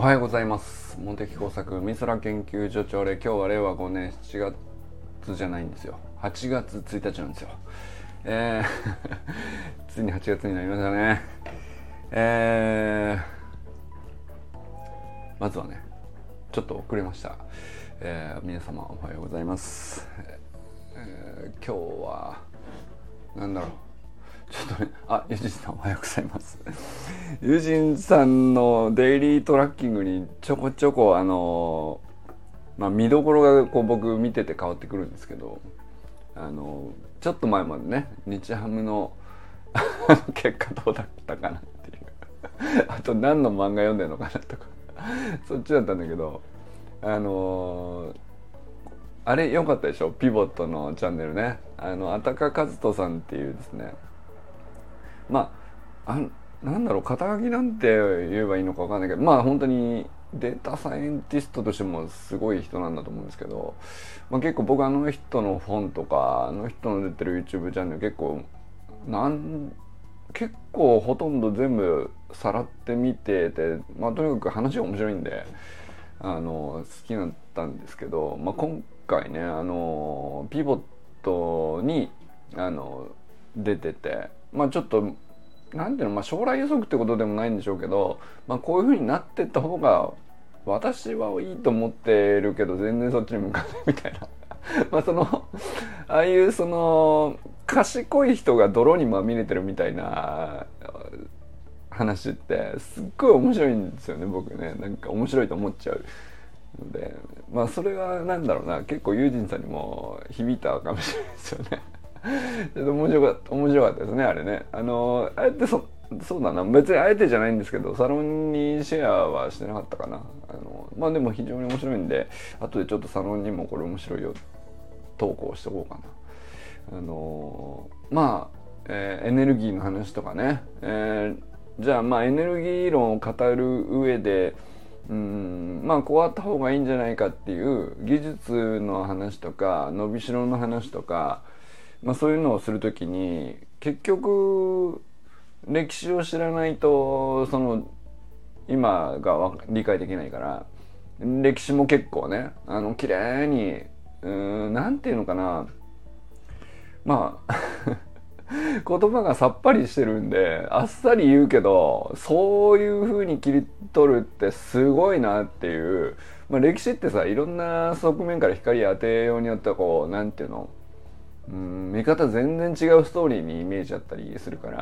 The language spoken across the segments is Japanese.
はようございます。茂木工作美空研究所長で、今日は令和5年7月じゃないんですよ、8月1日なんですよ。ついに8月になりましたね。まずはね、ちょっと遅れました。皆様おはようございます。今日はなんだろう、ちょっとね、ユジンさんおはようございます。ユジンさんのデイリートラッキングにちょこちょこ見どころが僕見てて変わってくるんですけど、ちょっと前までね、日ハムの結果どうだったかなっていうあと何の漫画読んでるのかなとかそっちだったんだけど、あれ良かったでしょ、ピボットのチャンネルね。あたかかずとさんっていうですね、なんだろう、肩書きなんて言えばいいのか分かんないけど、本当にデータサイエンティストとしてもすごい人なんだと思うんですけど、結構僕あの人の本とかあの人の出てる YouTube チャンネル結構ほとんど全部さらってみてて、とにかく話が面白いんで好きだったんですけど、今回ね、ピボットに出てて、ちょっとなんていうの、将来予測ってことでもないんでしょうけど、こういう風になってった方が私はいいと思ってるけど全然そっちに向かないみたいなああいう賢い人が泥にまみれてるみたいな話ってすっごい面白いんですよね。僕ね、なんか面白いと思っちゃうので、それはなんだろうな、結構ユージンさんにも響いたかもしれないですよね。ちょっと面白かったですね、あれね。あえてそうだな、別にあえてじゃないんですけど、サロンにシェアはしてなかったかな。でも非常に面白いんで、後でちょっとサロンにもこれ面白いよ投稿しておこうかな。エネルギーの話とかね、じゃあエネルギー論を語る上でこうあった方がいいんじゃないかっていう技術の話とか伸びしろの話とか、そういうのをするときに結局歴史を知らないと今が理解できないから、歴史も結構ね綺麗になんていうのかな、言葉がさっぱりしてるんであっさり言うけど、そういう風に切り取るってすごいなっていう。歴史ってさ、いろんな側面から光当てようによってはなんていうの、見方全然違うストーリーにイメージだったりするから、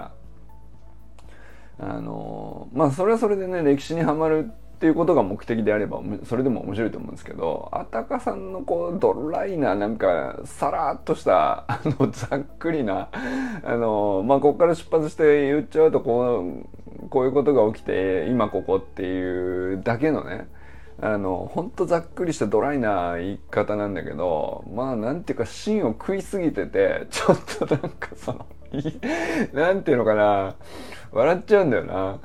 それはそれでね、歴史にはまるっていうことが目的であればそれでも面白いと思うんですけど、あたかさんのドライな、なんかさらっとしたざっくりなここから出発して言っちゃうとこういうことが起きて今ここっていうだけのね、ほんとざっくりしたドライな言い方なんだけど、なんていうか芯を食いすぎてて、ちょっとなんかなんていうのかな、笑っちゃうんだよな。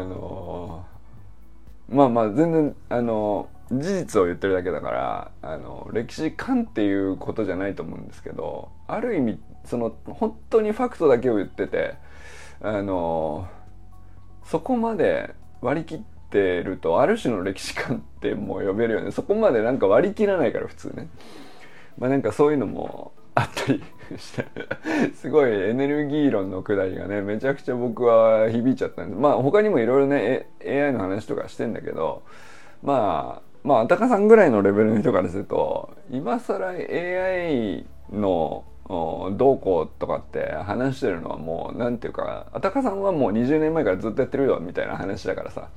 全然事実を言ってるだけだから、歴史観っていうことじゃないと思うんですけど、ある意味本当にファクトだけを言ってて、そこまで割り切ってるとある種の歴史観ってもう呼べるよね。そこまでなんか割り切らないから普通ね。なんかそういうのもあったりしてすごいエネルギー論のくだりがね、めちゃくちゃ僕は響いちゃったんです。他にもいろいろね、AI の話とかしてんだけど、あたかさんぐらいのレベルの人からすると、今更 AI のどうこうとかって話してるのはもうなんていうか、あたかさんはもう20年前からずっとやってるよみたいな話だからさ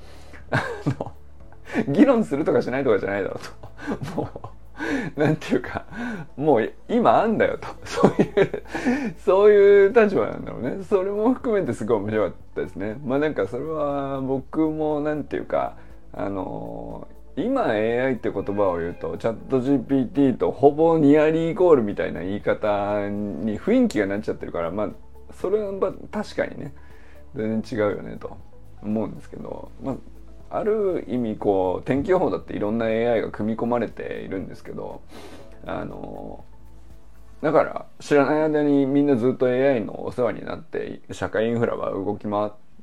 議論するとかしないとかじゃないだろうともうなんていうか、もう今あんだよと、そういう立場なんだろうね。それも含めてすごい面白かったですね。なんかそれは僕もなんていうか、今 AI って言葉を言うとチャット GPT とほぼニアリーイコールみたいな言い方に雰囲気がなっちゃってるから、それは確かにね全然違うよねと思うんですけど、ある意味天気予報だっていろんな AI が組み込まれているんですけど、だから知らない間にみんなずっと AI のお世話になって社会インフラは動き回っ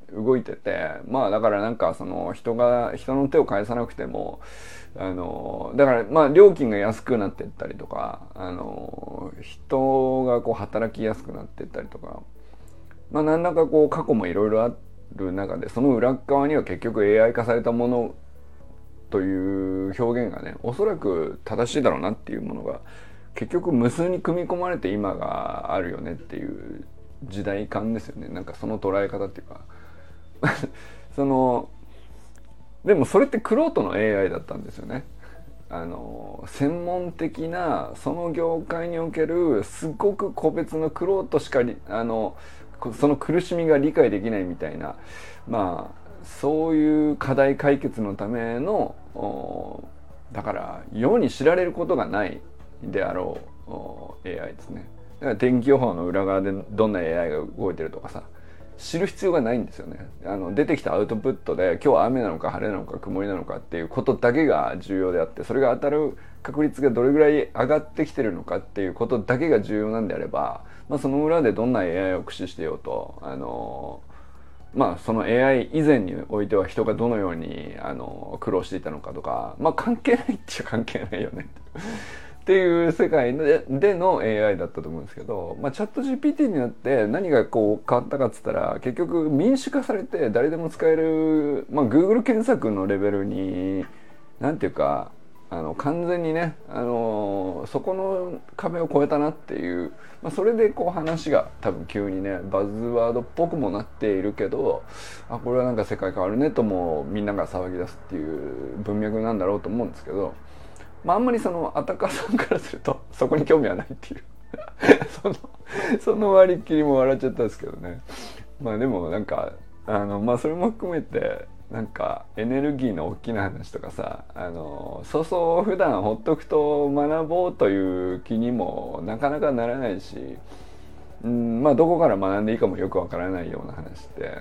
動いてて、まあだからなんかその人の手を返さなくてもだからまあ料金が安くなっていったりとか人がこう働きやすくなっていったりとか、まあ何らかこう過去もいろいろある中で、その裏側には結局 AI 化されたものという表現がね、おそらく正しいだろうなっていうものが結局無数に組み込まれて今があるよねっていう時代感ですよね。なんかその捉え方っていうかそのでもそれって玄人の AI だったんですよね。専門的なその業界におけるすごく個別の玄人しかその苦しみが理解できないみたいな、まあそういう課題解決のためのだから世に知られることがないであろう AI ですね。だから天気予報の裏側でどんな AI が動いてるとかさ、知る必要がないんですよね。出てきたアウトプットで今日は雨なのか晴れなのか曇りなのかっていうことだけが重要であって、それが当たる確率がどれぐらい上がってきてるのかっていうことだけが重要なんであれば、まあ、その裏でどんな AI を駆使してようとまあその AI 以前においては人がどのように苦労していたのかとか、まあ関係ないっちゃ関係ないよねっていう世界での AI だったと思うんですけど、まあ、チャット GPT になって何がこう変わったかっつったら、結局民主化されて誰でも使える、まあ、Google 検索のレベルになんていうか完全にねそこの壁を越えたなっていう、まあ、それでこう話が多分急にねバズワードっぽくもなっているけど、これはなんか世界変わるねともみんなが騒ぎ出すっていう文脈なんだろうと思うんですけど、まあ、あんまりそのアタカさんからするとそこに興味はないっていうその割り切りも笑っちゃったんですけどね。まあでもなんかまあそれも含めてなんかエネルギーの大きな話とかさそう普段ほっとくと学ぼうという気にもなかなかならないし、まあどこから学んでいいかもよくわからないような話って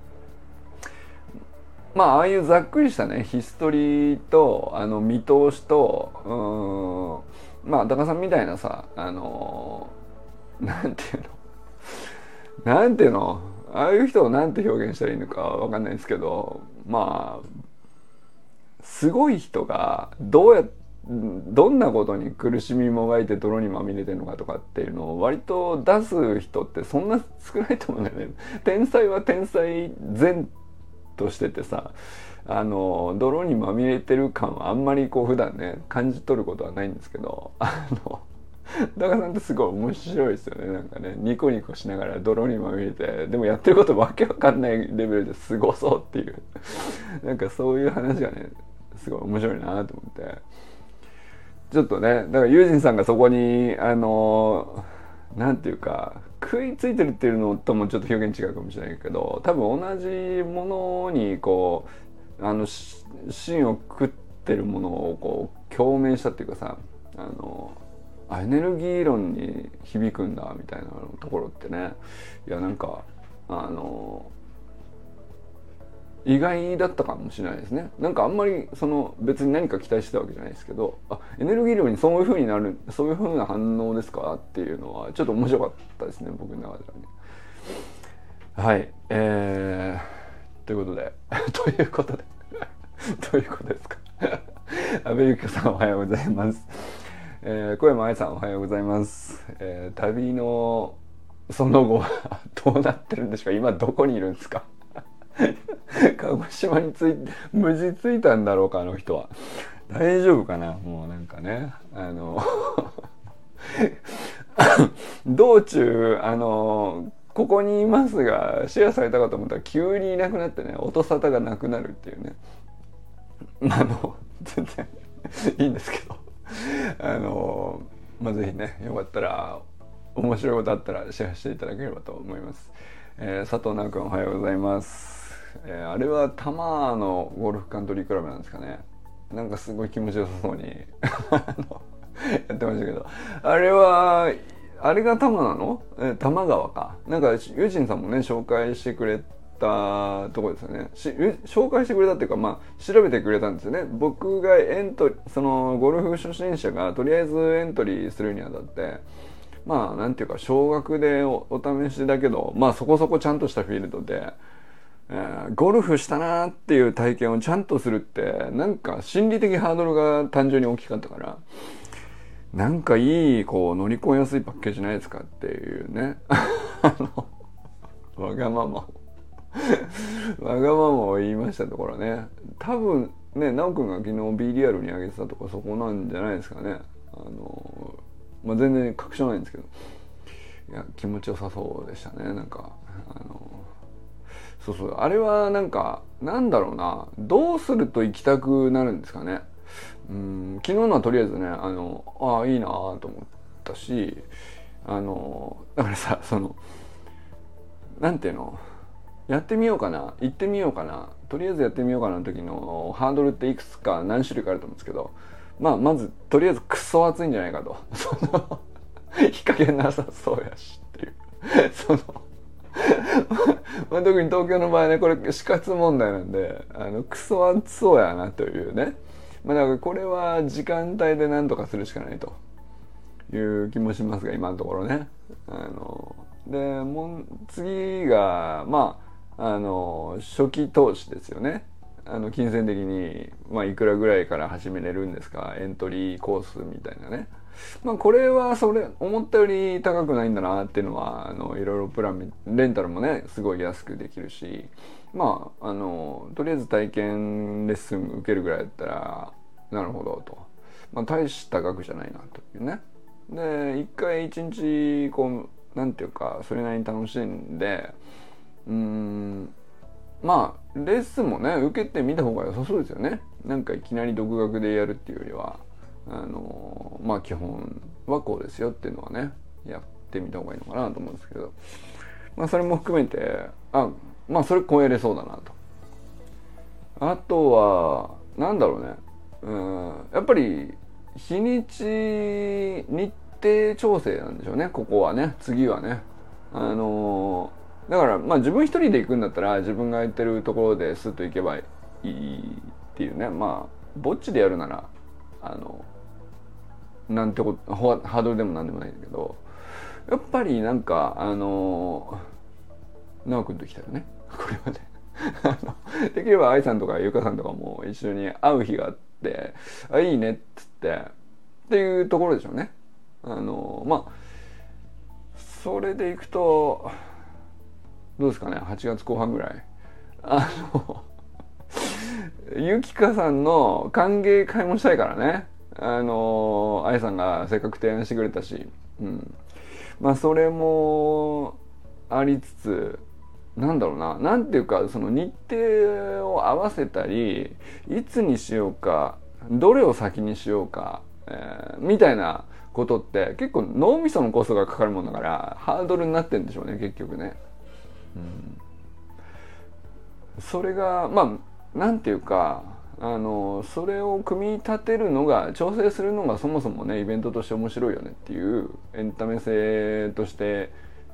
まあああいうざっくりしたねヒストリーと見通しとまあ高さんみたいなさなんていうのああいう人をなんて表現したらいいのかわかんないですけど、まあすごい人がどんなことに苦しみもがいて泥にまみれてるのかとかっていうのを割と出す人ってそんな少ないと思うんだよね。天才は天才前としててさ泥にまみれてる感はあんまりこう普段ね感じ取ることはないんですけど高さんってすごい面白いですよね。なんかねニコニコしながら泥にまみれてでもやってることわけわかんないレベルですごそうっていうなんかそういう話がねすごい面白いなと思ってちょっとねだからユージンさんがそこになんていうか食いついてるっていうのともちょっと表現違うかもしれないけど多分同じものにこう芯を食ってるものをこう共鳴したっていうかさエネルギー論に響くんだみたいなところってねいやなんか意外だったかもしれないですね。なんかあんまり別に何か期待してたわけじゃないですけどエネルギー量にそういう風になるそういう風な反応ですかっていうのはちょっと面白かったですね僕の中ではね。はいということでということですか阿部ゆきさんおはようございます。小山愛さんおはようございます。旅のその後はどうなってるんでしょうか。今どこにいるんですか鹿児島に無事着いたんだろうかあの人は。大丈夫かな。もうなんかね道中ここにいますがシェアされたかと思ったら急にいなくなってね音沙汰がなくなるっていうね全然いいんですけどまあぜひねよかったら面白いことあったらシェアしていただければと思います。佐藤直君おはようございます。あれは多摩のゴルフカントリークラブなんですかね。なんかすごい気持ちよさそうにやってましたけど、あれが多摩なの？多摩川か。なんかユージンさんもね紹介してくれたところですよね。紹介してくれたっていうかまあ調べてくれたんですよね。僕がそのゴルフ初心者がとりあえずエントリーするにあたってまあなんていうか少額でお試しだけどまあそこそこちゃんとしたフィールドでゴルフしたなっていう体験をちゃんとするってなんか心理的ハードルが単純に大きかったから、なんかいいこう乗り越えやすいパッケージないですかっていうねわがままをわがままを言いましたところね、多分ね、なおくんが昨日 B リアルに上げてたとかそこなんじゃないですかね。全然確証ないんですけど、いや気持ちよさそうでしたね。なんかそうあれはなんかなんだろうな、どうすると行きたくなるんですかね。昨日のはとりあえずねいいなと思ったし、だからさ、なんていうの、やってみようかな、行ってみようかな、とりあえずやってみようかなの時のハードルっていくつか何種類かあると思うんですけど、まずとりあえずクソ暑いんじゃないかと日陰なさそうやしっていう特に東京の場合ね、これ死活問題なんでクソ暑そうやなというね、だからこれは時間帯で何とかするしかないという気もしますが、今のところね。でもう次が初期投資ですよね。金銭的にいくらぐらいから始めれるんですか、エントリーコースみたいなね。これは思ったより高くないんだなっていうのはいろいろプランレンタルもねすごい安くできるし、とりあえず体験レッスン受けるぐらいだったらなるほどと、大した額じゃないなというね。で一回一日こうなんていうかそれなりに楽しんで、レッスンもね受けてみた方が良さそうですよね。なんかいきなり独学でやるっていうよりは基本はこうですよっていうのはねやってみた方がいいのかなと思うんですけど、それも含めてそれ超えれそうだなと。あとはなんだろうね、やっぱり日程調整なんでしょうね、ここはね。次はねだから自分一人で行くんだったら自分が行ってるところでスッと行けばいいっていうね。ぼっちでやるならなんてハードルでもなんでもないんだけど、やっぱりなんか直くんと来たよねこれはねできれば愛さんとかゆかさんとかも一緒に会う日があって、いいねっつってっていうところでしょうね。それでいくとどうですかね、8月後半ぐらいゆきかさんの歓迎会もしたいからね。愛さんがせっかく提案してくれたし、それもありつつ、なんだろうな、なんていうかその日程を合わせたり、いつにしようか、どれを先にしようか、みたいなことって結構脳みそのコストがかかるもんだからハードルになってるんでしょうね結局ね。それがなんていうかそれを組み立てるのが、調整するのがそもそもねイベントとして面白いよねっていうエンタメ性として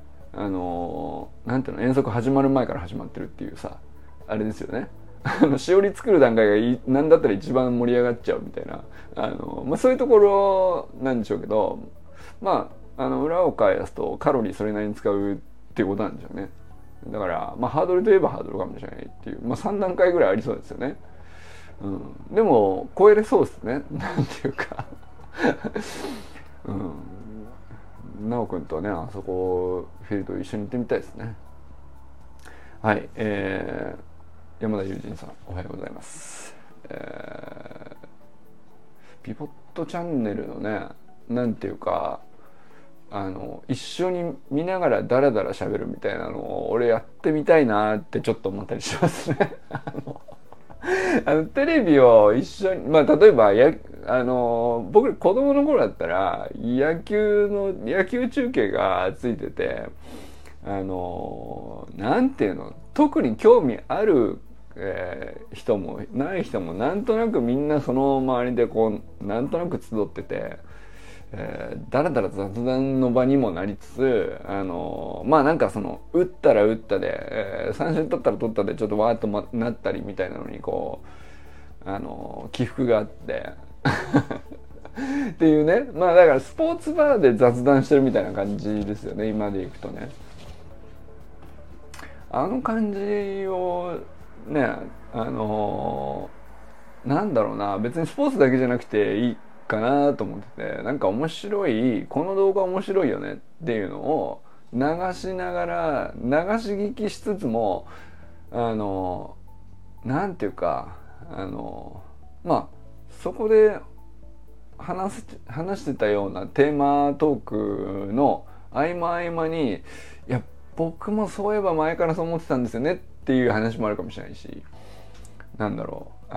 なんていうの、遠足始まる前から始まってるっていうさ、あれですよねしおり作る段階がなんだったら一番盛り上がっちゃうみたいなそういうところなんでしょうけど、裏を返すとカロリーそれなりに使うっていうことなんでしょうね。だからハードルといえばハードルかもしれないっていう、3段階ぐらいありそうですよね。でも超えれそうですねなんていうか直くんとねあそこフィールド一緒に行ってみたいですね。はい、山田友人さんおはようございます。ピボットチャンネルのね、なんていうか一緒に見ながらダラダラ喋るみたいなのを俺やってみたいなってちょっと思ったりしますねテレビを一緒に例えば僕子供の頃だったら野球中継がついててなんていうの、特に興味ある、人もない人もなんとなくみんなその周りでこうなんとなく集ってて、だらだら雑談の場にもなりつつなんか打ったら打ったで、三振取ったら取ったでちょっとわーっとなったりみたいなのにこう起伏があってっていうね。だからスポーツバーで雑談してるみたいな感じですよね今でいくとね。 あの感じをね、なんだろうな、別にスポーツだけじゃなくていいかなと思ってて、なんか面白い、この動画面白いよねっていうのを流しながら、流し聞きしつつも、なんていうか、まあそこで話してたようなテーマトークの合間合間に、いや僕もそういえば前からそう思ってたんですよねっていう話もあるかもしれないし、なんだろう、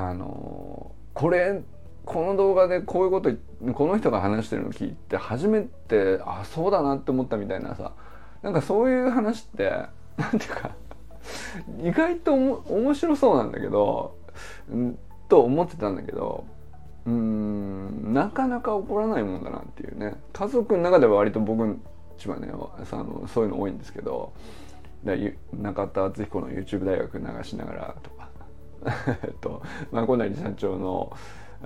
この動画でこういうことこの人が話してるの聞いて初めて、あ、そうだなって思ったみたいなさ、なんかそういう話ってなんていうか意外と面白そうなんだけど、と思ってたんだけど、なかなか起こらないもんだなっていうね。家族の中では割と僕一番ね、そういうの多いんですけど、中田敦彦の YouTube 大学流しながらとか小成社長の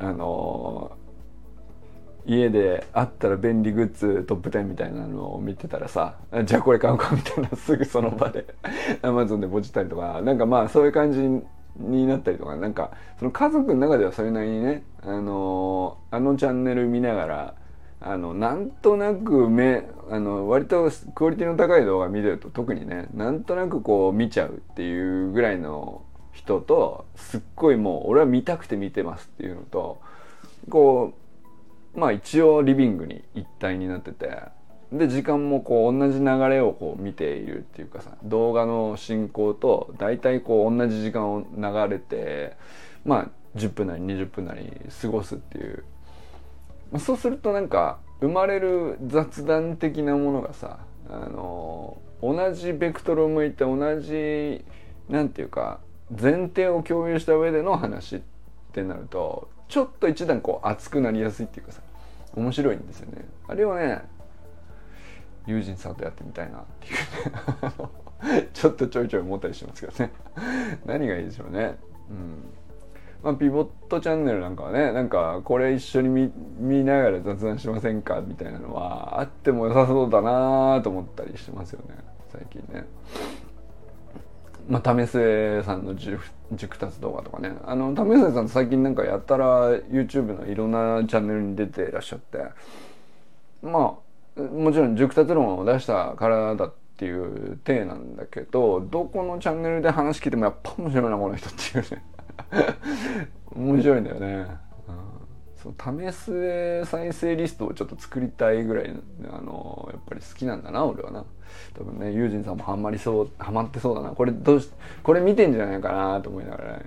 家であったら便利グッズトップ10みたいなのを見てたらさ、じゃあこれ買うかみたいな、すぐその場でAmazon でポチったりとか、なんかまあそういう感じになったりとか、なんかその家族の中ではそれなりにね、あのチャンネル見ながらなんとなく割とクオリティの高い動画見てると、特にね、なんとなくこう見ちゃうっていうぐらいの人と、すっごいもう俺は見たくて見てますっていうのと、こうまあ一応リビングに一体になってて、で時間もこう同じ流れをこう見ているっていうかさ、動画の進行と大体こう同じ時間を流れて、まあ10分なり20分なり過ごすっていう、そうするとなんか生まれる雑談的なものがさ、同じベクトルを向いて、同じなんていうか前提を共有した上での話ってなると、ちょっと一段こう熱くなりやすいっていうかさ、面白いんですよね。あれをね、友人さんとやってみたいなっていうねちょっとちょいちょい思ったりしますけどね何がいいでしょうね。まあ、ピボットチャンネルなんかはね、なんかこれ一緒に見ながら雑談しませんかみたいなのはあっても良さそうだなと思ったりしてますよね、最近ね。まあ、為末さんの熟達動画とかね、為末さん最近なんかやったら YouTube のいろんなチャンネルに出ていらっしゃって、まあもちろん熟達論を出したからだっていう体なんだけど、どこのチャンネルで話聞いてもやっぱ面白いなこの人っていうね面白いんだよね。そう、為末再生リストをちょっと作りたいぐらいやっぱり好きなんだな俺はな。多分ね、ユージンさんもハマってそうだな、これ見てんじゃないかなと思いながらね、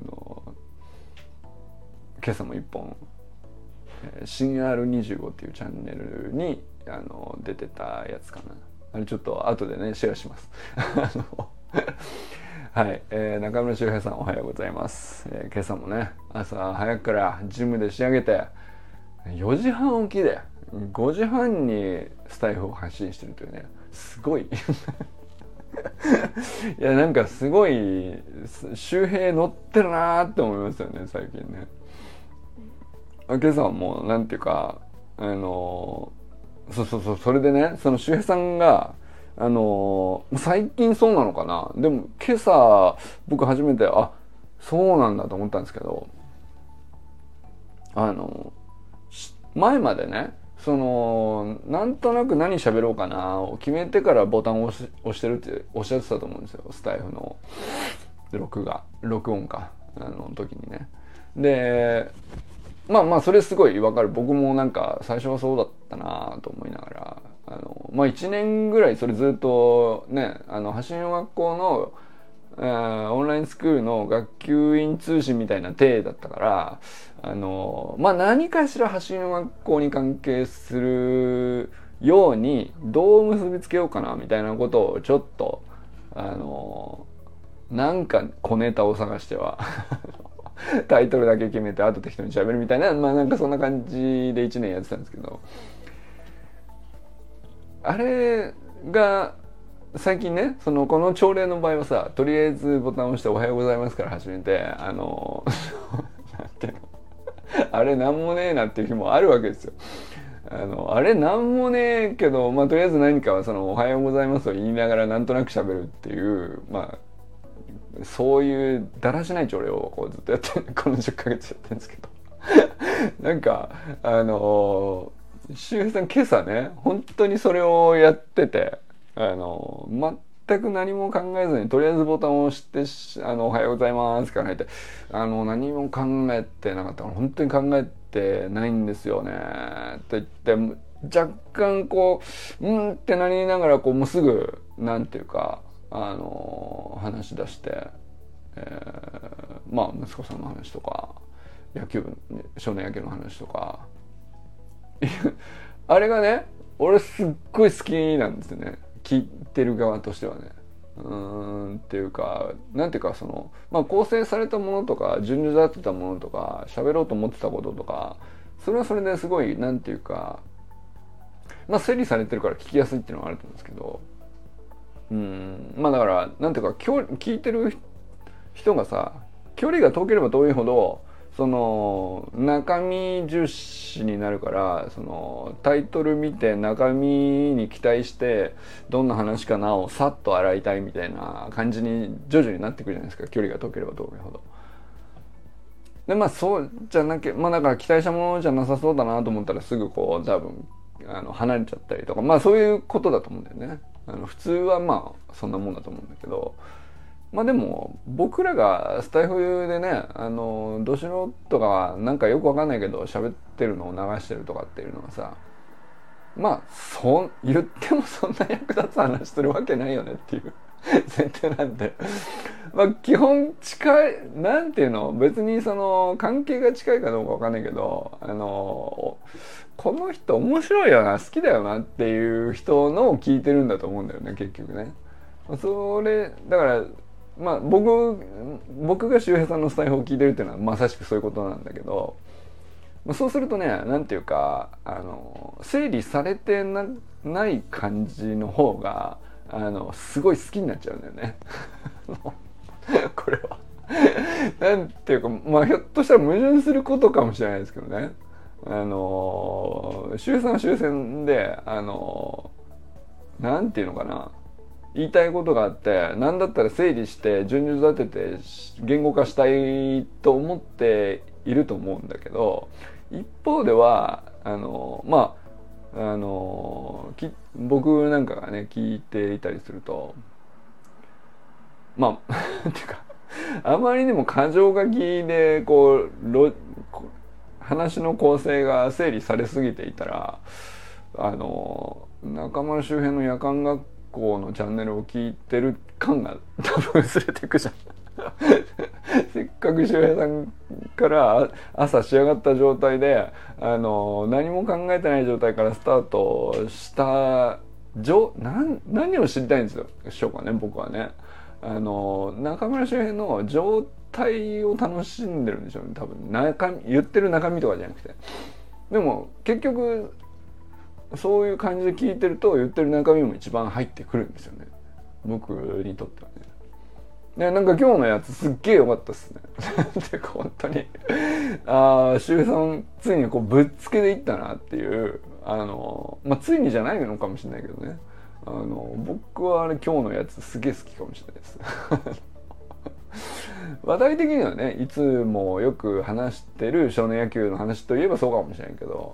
今朝も一本新 R25 っていうチャンネルに出てたやつかな。あれちょっと後でねシェアしますはい、中村修平さんおはようございます。今朝もね朝早くからジムで仕上げて4時半起きで5時半にスタイフを発信してるというね、すごいいやなんかすごい周平乗ってるなーって思いますよね最近ね。今朝はもうなんていうかそれでね、その周平さんが最近そうなのかな、でも今朝僕初めてそうなんだと思ったんですけど、前までね、なんとなく何喋ろうかなを決めてからボタンを押してるっておっしゃってたと思うんですよ、スタイフの録音か時にね。でまあそれすごいわかる。僕もなんか最初はそうだったなと思いながら、まあ1年ぐらいそれずっとね、発信の学校のオンラインスクールの学級委員通信みたいな体だったから、まあ何かしら発信の学校に関係するようにどう結びつけようかなみたいなことをちょっとなんか小ネタを探してはタイトルだけ決めてあと適当に喋るみたいな、まあなんかそんな感じで1年やってたんですけど、あれが最近ね、この朝礼の場合はさ、とりあえずボタンを押しておはようございますから始めて、なんていうのあれなんもねえなっていう日もあるわけですよ。 あれなんもねえけど、まあ、とりあえず何かはその「おはようございます」を言いながらなんとなく喋るっていう、まあそういうだらしない朝礼をこうずっとやってこの10ヶ月やってるんですけどなんか周平さん今朝ね本当にそれをやってて全く何も考えずにとりあえずボタンを押しておはようございます」から入って何も考えてなかったから本当に考えてないんですよねって言って若干こうってなりながらこうもうすぐなんていうか話し出して、まあ息子さんの話とか少年野球の話とかあれがね俺すっごい好きなんですよね聞いてる側としてはね。っていうかなんていうかまあ、構成されたものとか順序立てたものとか喋ろうと思ってたこととかそれはそれですごいなんていうかまあ整理されてるから聞きやすいっていうのはあると思うんですけどまあだからなんていうか聞いてる人がさ距離が遠ければ遠いほど中身重視になるからタイトル見て中身に期待してどんな話かなをさっと洗いたいみたいな感じに徐々になってくるじゃないですか距離が遠ければ遠いほど。でまあそうじゃなきゃまあだから期待したものじゃなさそうだなと思ったらすぐこう多分離れちゃったりとかまあそういうことだと思うんだよね。普通はまあそんなもんだと思うんだけど。まあでも僕らがスタイフでねど素人がなんかよくわかんないけど喋ってるのを流してるとかっていうのはさまあ言ってもそんな役立つ話するわけないよねっていう前提なんでまあ基本近いなんていうの別に関係が近いかどうかわかんないけどこの人面白いよな好きだよなっていう人のを聞いてるんだと思うんだよね結局ね。それだからまあ僕が周平さんのスタイフを聞いてるっていうのはまさしくそういうことなんだけどそうするとねなんていうか整理されてない感じの方がすごい好きになっちゃうんだよねこれはなんていうかまあひょっとしたら矛盾することかもしれないですけどね周平さんは周平さんでなんていうのかな言いたいことがあって何だったら整理して順序立てて言語化したいと思っていると思うんだけど一方ではまあ僕なんかがね聞いていたりするとまあっていうかあまりにも箇条書きで話の構成が整理されすぎていたら中村周辺の夜間学校のチャンネルを聞いてる感が多分薄れてくじゃんせっかく周平さんから朝仕上がった状態で何も考えてない状態からスタートした何を知りたいんでしょうかね僕はね中村周平の状態を楽しんでるんでしょうね多分言ってる中身とかじゃなくてでも結局そういう感じで聞いてると言ってる中身も一番入ってくるんですよね僕にとってはね。でなんか今日のやつすっげえ良かったっすねで本当に周平さんついにこうぶっつけでいったなっていうまあついにじゃないのかもしれないけどね僕は今日のやつすげえ好きかもしれないです話題的にはねいつもよく話してる少年野球の話といえばそうかもしれないけど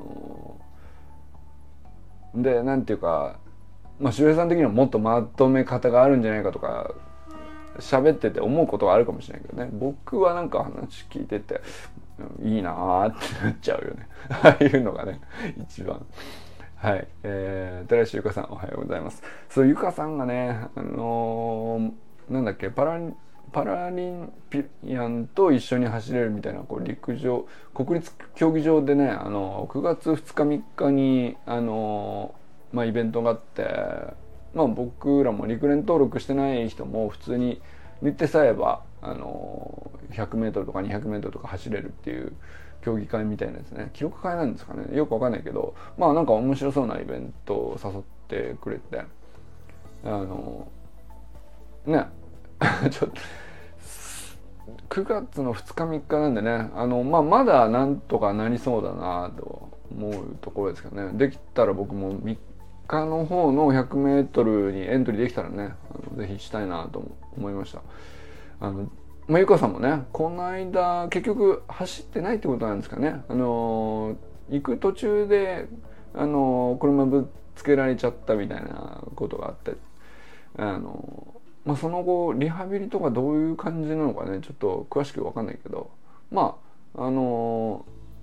でなんていうかまあ周平さん的にはもっとまとめ方があるんじゃないかとか喋ってて思うことがあるかもしれないけどね僕はなんか話聞いてていいなーってなっちゃうよねああいうのがね一番はい、寺石ゆかさんおはようございます。そうゆかさんがねなんだっけパラリンピアンと一緒に走れるみたいな陸上国立競技場でね9月2日3日にまあ、イベントがあって、まあ、僕らも陸連登録してない人も普通に見てさえば100m とか 200m とか走れるっていう競技会みたいなですね記録会なんですかねよくわかんないけどまあなんか面白そうなイベントを誘ってくれてねちょっと9月の2日3日なんでねまあまだなんとかなりそうだなと思うところですけどね。できたら僕も3日の方の 100m にエントリーできたらね、ぜひしたいなと思いました。ゆかさんもね、この間結局走ってないってことなんですかね。行く途中で車ぶつけられちゃったみたいなことがあって、その後リハビリとかどういう感じなのかね、ちょっと詳しく分かんないけど、9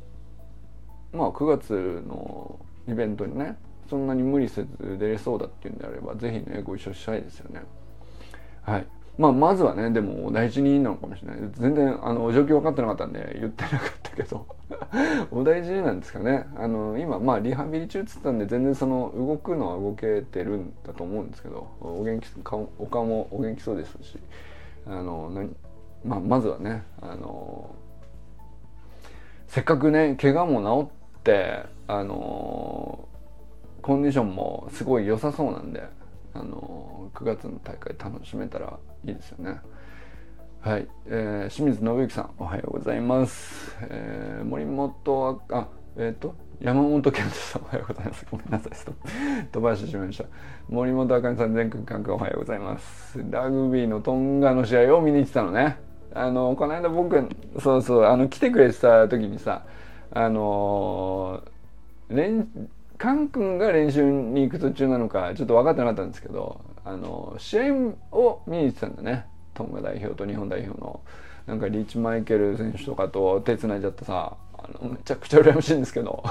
月のイベントにね、そんなに無理せず出れそうだっていうんであれば、ぜひねご一緒したいですよね。はい。まずはね、でも大事になのかもしれない。全然状況分かってなかったんで言ってなかったけどお大事になんですかね。今リハビリ中っつったんで、全然その動くのは動けてるんだと思うんですけど、お顔もお元気そうですし、まずはね、せっかくね怪我も治ってコンディションもすごい良さそうなんで、9月の大会楽しめたらいいですよね。はい、清水信之さんおはようございます。森本山本健太さんおはようございます。ごめんなさい、飛ばしてしまいました。森本あかねさん、全国関係おはようございます。ラグビーのトンガの試合を見に行ってたのね。この間僕来てくれてた時にさ、カン君が練習に行く途中なのかちょっと分かってなかったんですけど、試合を見に行ってたんだね。トンガ代表と日本代表のなんかリーチマイケル選手とかと手つないじゃってさ、めちゃくちゃ羨ましいんですけど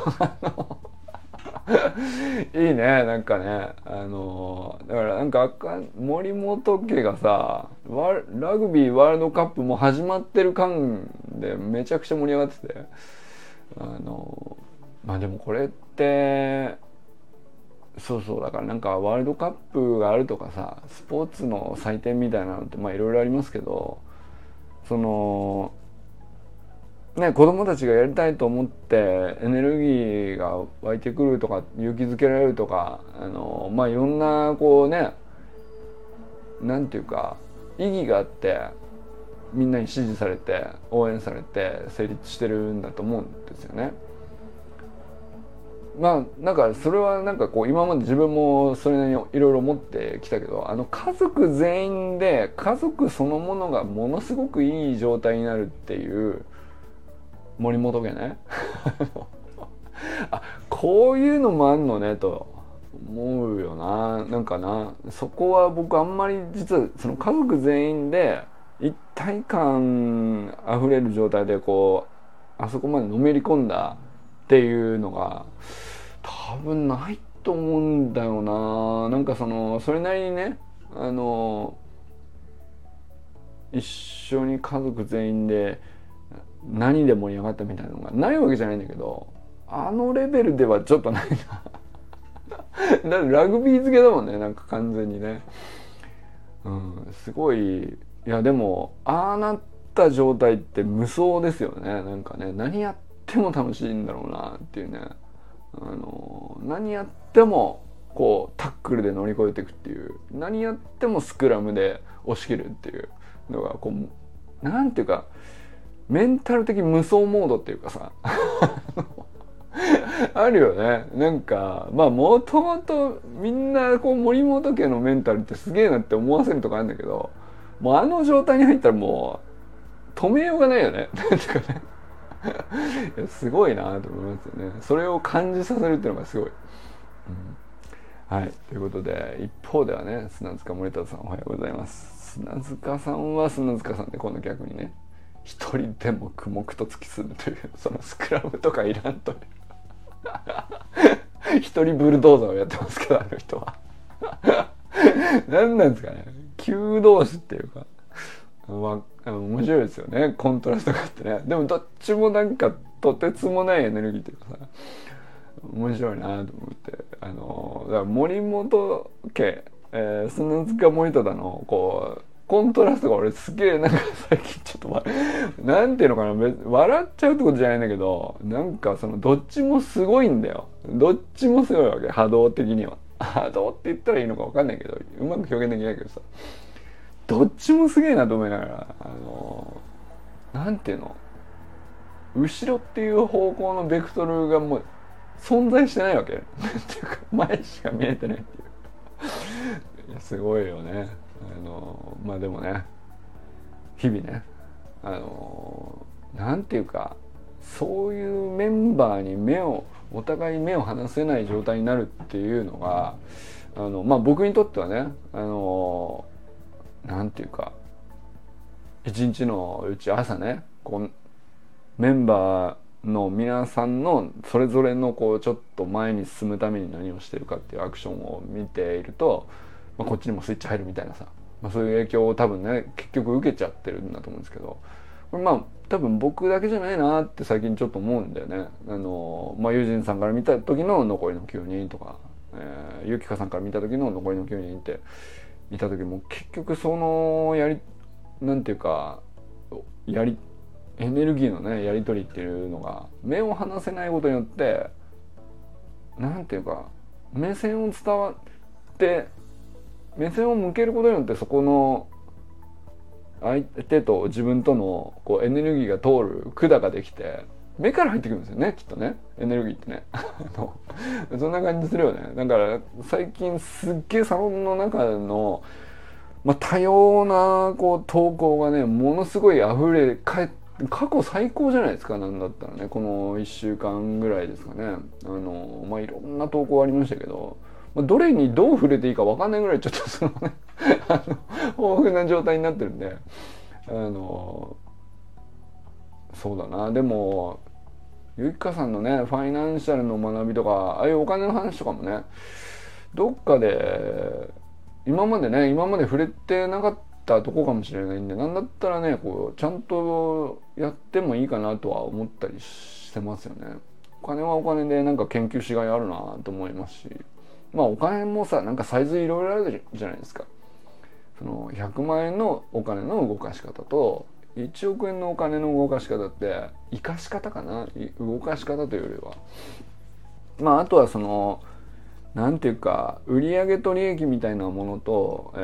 いいね、なんかね、だからなんか森本家がさ、ラグビーワールドカップも始まってる間でめちゃくちゃ盛り上がってて、でもこれってだからなんかワールドカップがあるとかさ、スポーツの祭典みたいなのっていろいろありますけど、子供たちがやりたいと思ってエネルギーが湧いてくるとか勇気づけられるとか、いろんななんていうか意義があってみんなに支持されて応援されて成立してるんだと思うんですよね。なんかそれはなんか今まで自分もそれなりにいろいろ思ってきたけど、家族全員で家族そのものがものすごくいい状態になるっていう森本家ねこういうのもあんのねと思うよな。なんかな、そこは僕あんまり実はその家族全員で一体感あふれる状態であそこまでのめり込んだっていうのが多分ないと思うんだよな。なんかそれなりにね、一緒に家族全員で何で盛り上がったみたいなのがないわけじゃないんだけど、レベルではちょっとないなだってラグビー漬けだもんね、なんか完全にね。すごい。いやでもなった状態って無双ですよね。なんかね、何やっても楽しいんだろうなっていうね。何やってもタックルで乗り越えていくっていう、何やってもスクラムで押し切るっていうのがなんていうかメンタル的無双モードっていうかさあるよね。なんかもともとみんな森本家のメンタルってすげえなって思わせるとかあるんだけど、もう状態に入ったらもう止めようがないよねなんていうかねいやすごいなと思いますよね。それを感じさせるっていうのがすごい。はい、ということで一方ではね、砂塚森田さんおはようございます。砂塚さんは砂塚さんで今度逆にね、一人でも黙々と突き進むという、そのスクラムとかいらんという一人ブルドーザーをやってますけど、あの人は何なんですかね、求道士っていうか、面白いですよね、コントラストがあってね。でもどっちもなんかとてつもないエネルギーっていうかさ、面白いなと思って、だから森本家、砂塚森田のコントラストが俺すげえなんか最近ちょっとなんていうのかな、笑っちゃうってことじゃないんだけど、なんかどっちもすごいんだよ。どっちもすごいわけ、波動的には。波動って言ったらいいのか分かんないけど、うまく表現できないけどさ、どっちもすげえなと思いながら、なんていうの、後ろっていう方向のベクトルがもう存在してないわけっていうか前しか見えてないっていういやすごいよね。まあでもね日々ねなんていうかそういうメンバーにお互い目を離せない状態になるっていうのがまあ僕にとってはねなんていうか一日のうち朝ねこうメンバーの皆さんのそれぞれのこうちょっと前に進むために何をしてるかっていうアクションを見ていると、まあ、こっちにもスイッチ入るみたいなさ、まあ、そういう影響を多分ね結局受けちゃってるんだと思うんですけど、これまあ多分僕だけじゃないなって最近ちょっと思うんだよね。まあ、ユージンさんから見た時の残りの9人とか、ゆきかさんから見た時の残りの9人って見た時も結局そのなんていうかエネルギーのねやり取りっていうのが目を離せないことによってなんていうか目線を向けることによってそこの相手と自分とのこうエネルギーが通る管ができて目から入ってくるんですよねきっとねエネルギーってねそんな感じするよね。だから最近すっげえサロンの中の、まあ、多様なこう投稿がねものすごい溢れ過去最高じゃないですか。なんだったらねこの1週間ぐらいですかねまあいろんな投稿ありましたけど、まあ、どれにどう触れていいか分かんないぐらいちょっとそのね豊富な状態になってるんでそうだな。でもゆきかさんのねファイナンシャルの学びとかああいうお金の話とかもねどっかで今まで触れてなかったとこかもしれないんで、なんだったらねこうちゃんとやってもいいかなとは思ったりしてますよね。お金はお金でなんか研究しがいあるなと思いますし、まあお金もさなんかサイズいろいろあるじゃないですか。その100万円のお金の動かし方と1億円のお金の動かし方って生かし方かな、動かし方というよりはまああとはそのなんていうか売上と利益みたいなものと、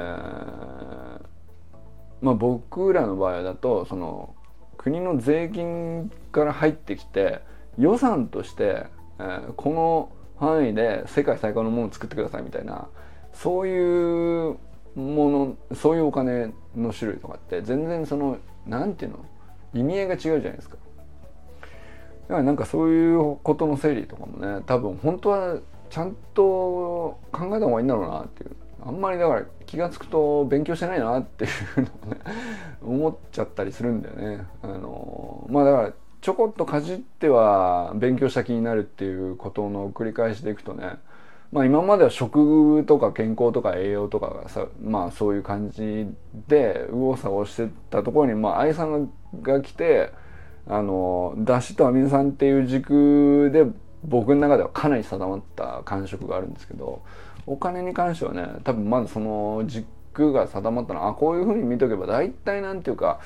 まあ僕らの場合だとその国の税金から入ってきて予算として、この範囲で世界最高のものを作ってくださいみたいなそういうそういうお金の種類とかって全然そのなんていうの意味合いが違うじゃないですか。だからなんかそういうことの整理とかもね多分本当はちゃんと考えた方がいいんだろうなっていう、あんまりだから気が付くと勉強してないなっていうのをね思っちゃったりするんだよね。まあだからちょこっとかじっては勉強した気になるっていうことの繰り返しでいくとね、まあ今までは食とか健康とか栄養とかがさまあそういう感じで右往左往してたところにまあ愛さんが来てだしとアミノ酸っていう軸で僕の中ではかなり定まった感触があるんですけど、お金に関してはね多分まずその軸が定まったのはこういう風に見とけば大体なんていうか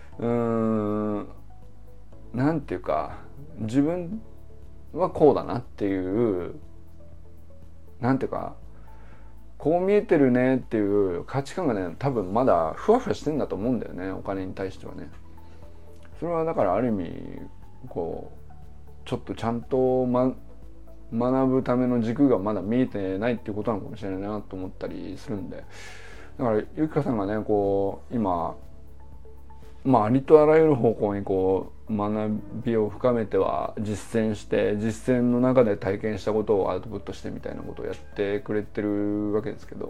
なんていうか自分はこうだなっていうなんていうかこう見えてるねっていう価値観がね多分まだふわふわしてんだと思うんだよねお金に対してはね。それはだからある意味こうちょっとちゃんと、学ぶための軸がまだ見えてないっていうことなのかもしれないなと思ったりするんで、だからゆきかさんがねこう今まあありとあらゆる方向にこう学びを深めては実践して実践の中で体験したことをアウトプットしてみたいなことをやってくれてるわけですけど、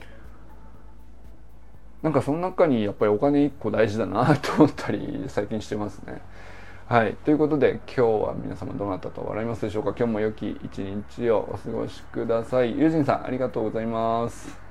なんかその中にやっぱりお金一個大事だなと思ったり最近してますね。はい、ということで今日は皆様どなたと笑いますでしょうか。今日も良き一日をお過ごしください。ユージンさんありがとうございます。